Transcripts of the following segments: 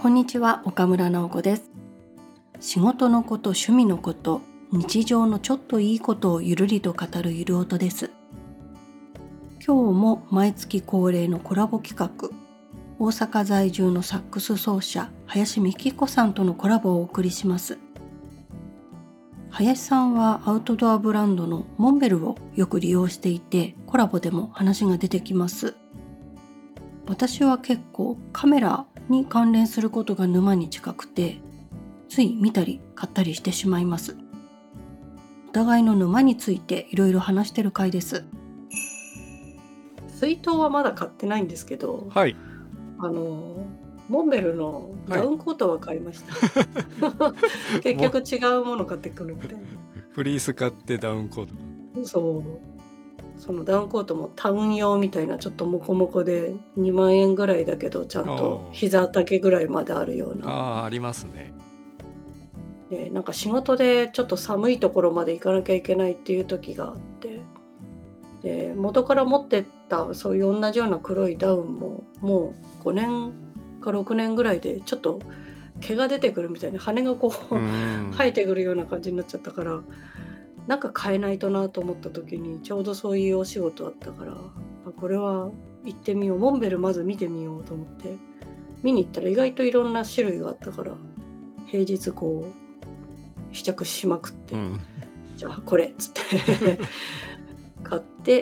こんにちは、岡村直子です。仕事のこと、趣味のこと、日常のちょっといいことをゆるりと語るゆる音です。今日も毎月恒例のコラボ企画、大阪在住のサックス奏者林美希子さんとのコラボをお送りします。林さんはアウトドアブランドのモンベルをよく利用していて、コラボでも話が出てきます。私は結構カメラに関連することが沼に近くて、つい見たり買ったりしてしまいます。お互いの沼についていろいろ話してる回です。水筒はまだ買ってないんですけど、 はい。 モンベルのダウンコートは買いました、結局違うもの買ってくるみたいな。 フリース買ってダウンコート。 そのダウンコートもタウン用みたいなちょっとモコモコで2万円ぐらいだけど、ちゃんと膝丈ぐらいまであるような。 ありますね。 でなんか仕事でちょっと寒いところまで行かなきゃいけないっていう時があって、で元から持ってったそういう同じような黒いダウンももう5年か6年ぐらいでちょっと毛が出てくるみたいな、羽がこう生えてくるような感じになっちゃったから、なんか変えないとなと思った時にちょうどそういうお仕事あったから、これは行ってみよう、モンベルまず見てみようと思って見に行ったら意外といろんな種類があったから、平日こう試着しまくって、じゃあこれっつって買って、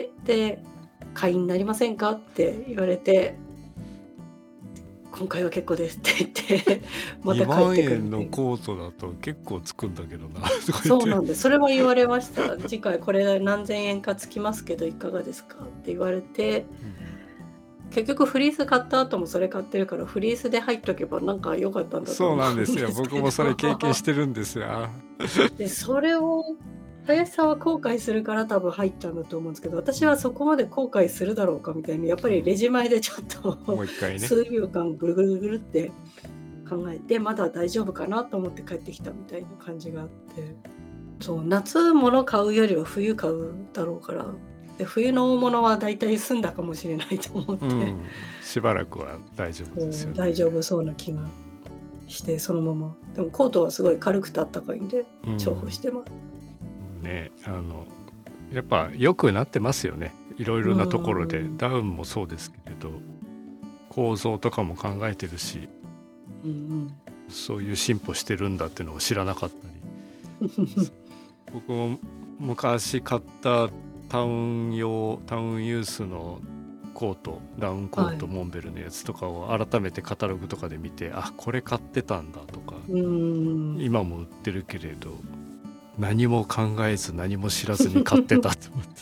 で会員になりませんかって言われて、今回は結構ですって言ってまた帰ってくる。 2万円のコートだと結構つくんだけどなそうなんです。それも言われました次回これ何千円かつきますけどいかがですかって言われて、結局フリース買った後もそれ買ってるから、フリースで入っとけばなんか良かったんだと思うんですけど。 そうなんですよ、僕もそれ経験してるんですよでそれを林さんは後悔するから多分入ったんだと思うんですけど、私はそこまで後悔するだろうかみたいに、やっぱりレジ前でちょっともう一回ね数秒間ぐるぐるぐるって考えて、まだ大丈夫かなと思って帰ってきたみたいな感じがあって、そう夏物買うよりは冬買うだろうから、で冬の大物はだいたい済んだかもしれないと思って、 しばらくは大丈夫ですよね。 大丈夫そうな気がしてそのまま。でもコートはすごい軽くてあったかいんで重宝してます、 ね。やっぱ良くなってますよね、いろいろなところで。ダウンもそうですけれど構造とかも考えてるし、そういう進歩してるんだっていうのを知らなかったり僕も昔買ったタウンユースのコート、ダウンコート、モンベルのやつとかを改めてカタログとかで見て、あ、これ買ってたんだとか、今も売ってるけれど何も考えず何も知らずに買ってたと思って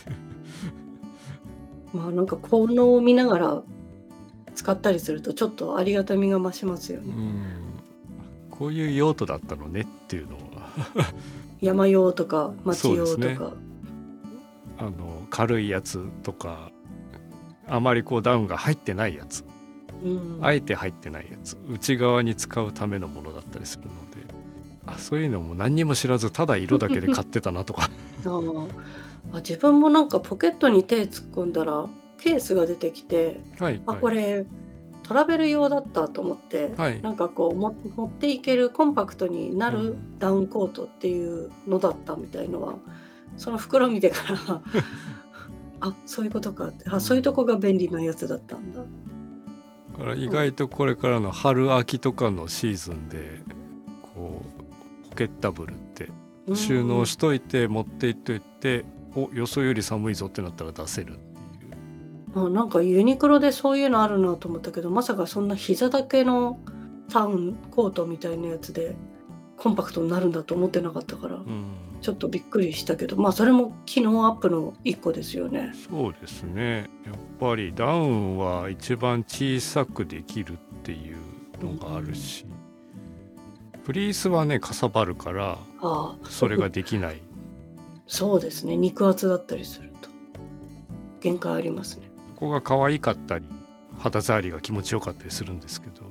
まあなんか効能を見ながら使ったりするとちょっとありがたみが増しますよね。 こういう用途だったのねっていうのは山用とか街用とか、ね、 軽いやつとか、あまりこうダウンが入ってないやつ、あえて入ってないやつ、内側に使うためのものだったりするので、そういうのも何にも知らずただ色だけで買ってたなとか自分もなんかポケットに手突っ込んだらケースが出てきて、これトラベル用だったと思って、なんかこう持っていけるコンパクトになるダウンコートっていうのだったみたいのは、その袋見てからあ、そういうことかって、そういうとこが便利なやつだったんだ。 だから意外とこれからの春秋とかのシーズンでこうポケッタブルって収納しといて持っていっといて、よそより寒いぞってなったら出せるっていう。 なんかユニクロでそういうのあるなと思ったけど、まさかそんな膝丈のタウンコートみたいなやつでコンパクトになるんだと思ってなかったから、ちょっとびっくりしたけど、それも機能アップの一個ですよね。 そうですね、やっぱりダウンは一番小さくできるっていうのがあるし、フリースはねかさばるからそれができないそうですね、肉厚だったりすると限界ありますね。 ここが可愛かったり肌触りが気持ちよかったりするんですけど、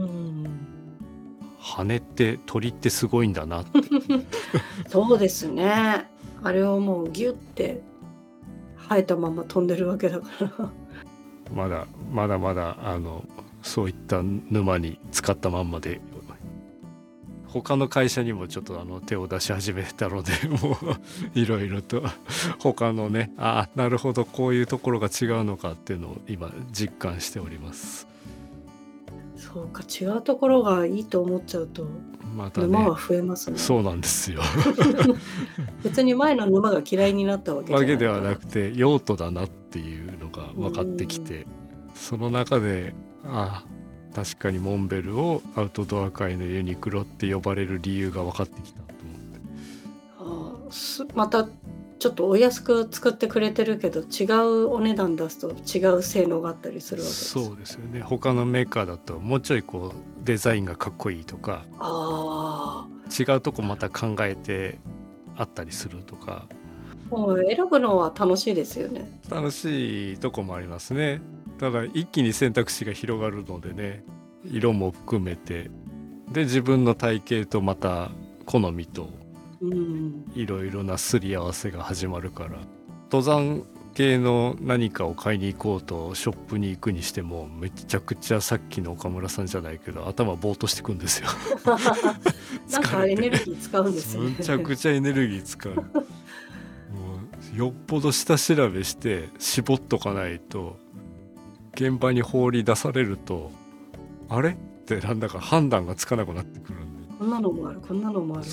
羽って鳥ってすごいんだなってそうですね、あれをもうギュッて生えたまま飛んでるわけだからまだそういった沼に使ったまんまで、他の会社にもちょっと手を出し始めたので、もういろいろと他のね、なるほどこういうところが違うのかっていうのを今実感しております。 そうか、違うところがいいと思っちゃうとまたね、 沼は増えますね。 そうなんですよ別に前の沼が嫌いになったわけじゃないわけではなくて用途だなっていうのが分かってきて、その中で確かにモンベルをアウトドア界のユニクロって呼ばれる理由が分かってきたと思って、 またちょっとお安く作ってくれてるけど違うお値段出すと違う性能があったりするわけです。 そうですよね。他のメーカーだともうちょいこうデザインがかっこいいとか、違うとこまた考えてあったりするとか、 もう選ぶのは楽しいですよね。 楽しいとこもありますね。ただ一気に選択肢が広がるのでね、色も含めて、で自分の体型とまた好みといろいろなすり合わせが始まるから、登山系の何かを買いに行こうとショップに行くにしても、めちゃくちゃさっきの岡村さんじゃないけど頭ぼーっとしてくんですよなんかエネルギー使うんですよね。 めちゃくちゃエネルギー使うもうよっぽど下調べして絞っとかないと、現場に放り出されるとあれってなんだか判断がつかなくなってくるんで、 こんなのもある、こんなのもある。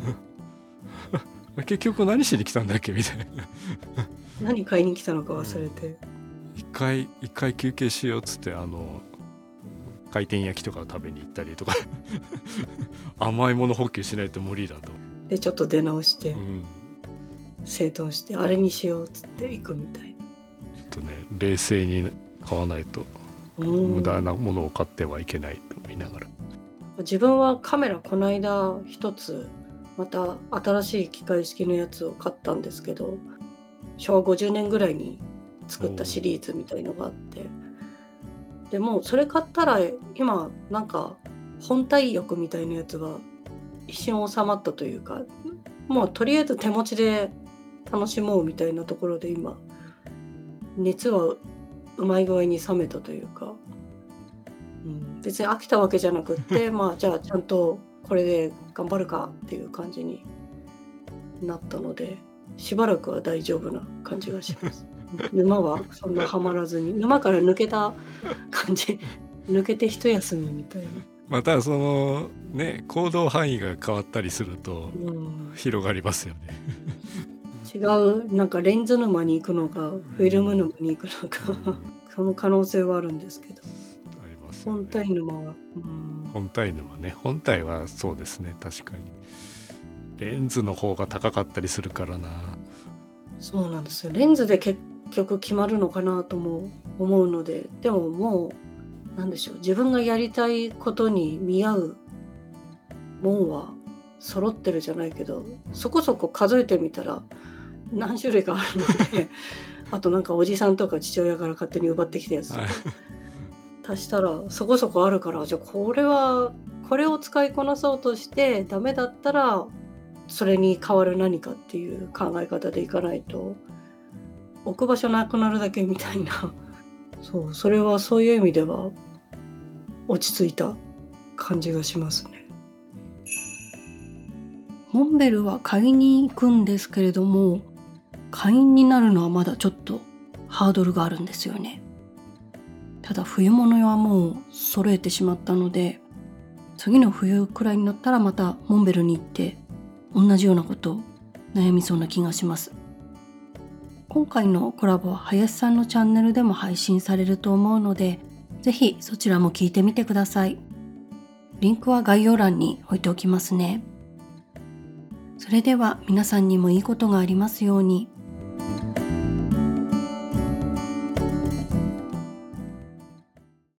結局何しに来たんだっけみたいな何買いに来たのか忘れて、 一回休憩しようっつって回転焼きとかを食べに行ったりとか甘いもの補給しないと無理だと。 でちょっと出直して、整頓してあれにしようっつって行くみたいな。 ちょっとね、冷静に買わないと無駄なものを買ってはいけないと思いながら。 自分はカメラこの間一つまた新しい機械式のやつを買ったんですけど、昭和50年ぐらいに作ったシリーズみたいのがあって、でもうそれ買ったら今なんか本体欲みたいなやつが一瞬収まったというか、もうとりあえず手持ちで楽しもうみたいなところで今熱はうまい具合に冷めたというか、別に飽きたわけじゃなくってまあじゃあちゃんとこれで頑張るかっていう感じになったので、しばらくは大丈夫な感じがします沼はそんなハマらずに、沼から抜けた感じ抜けて一休みみたいな。 またそのね、行動範囲が変わったりすると広がりますよね違う、なんかレンズ沼に行くのかフィルム沼に行くのかその可能性はあるんですけど、 ありますよね、 本体沼は、 本体沼ね、本体はそうですね、確かにレンズの方が高かったりするからな。そうなんですよ。レンズで結局決まるのかなとも思うので、でももうなんでしょう、自分がやりたいことに見合うもんは揃ってるじゃないけど、そこそこ数えてみたら何種類かあるのであとなんかおじさんとか父親から勝手に奪ってきたやつとか足したらそこそこあるから、じゃあこれを使いこなそうとしてダメだったらそれに代わる何かっていう考え方でいかないと置く場所なくなるだけみたいなそれはそういう意味では落ち着いた感じがしますね。モンベルは買いに行くんですけれども、会員になるのはまだちょっとハードルがあるんですよね。ただ冬物はもう揃えてしまったので、次の冬くらいになったらまたモンベルに行って同じようなことを悩みそうな気がします。今回のコラボは林さんのチャンネルでも配信されると思うので、ぜひそちらも聞いてみてください。リンクは概要欄に置いておきますね。それでは皆さんにもいいことがありますように。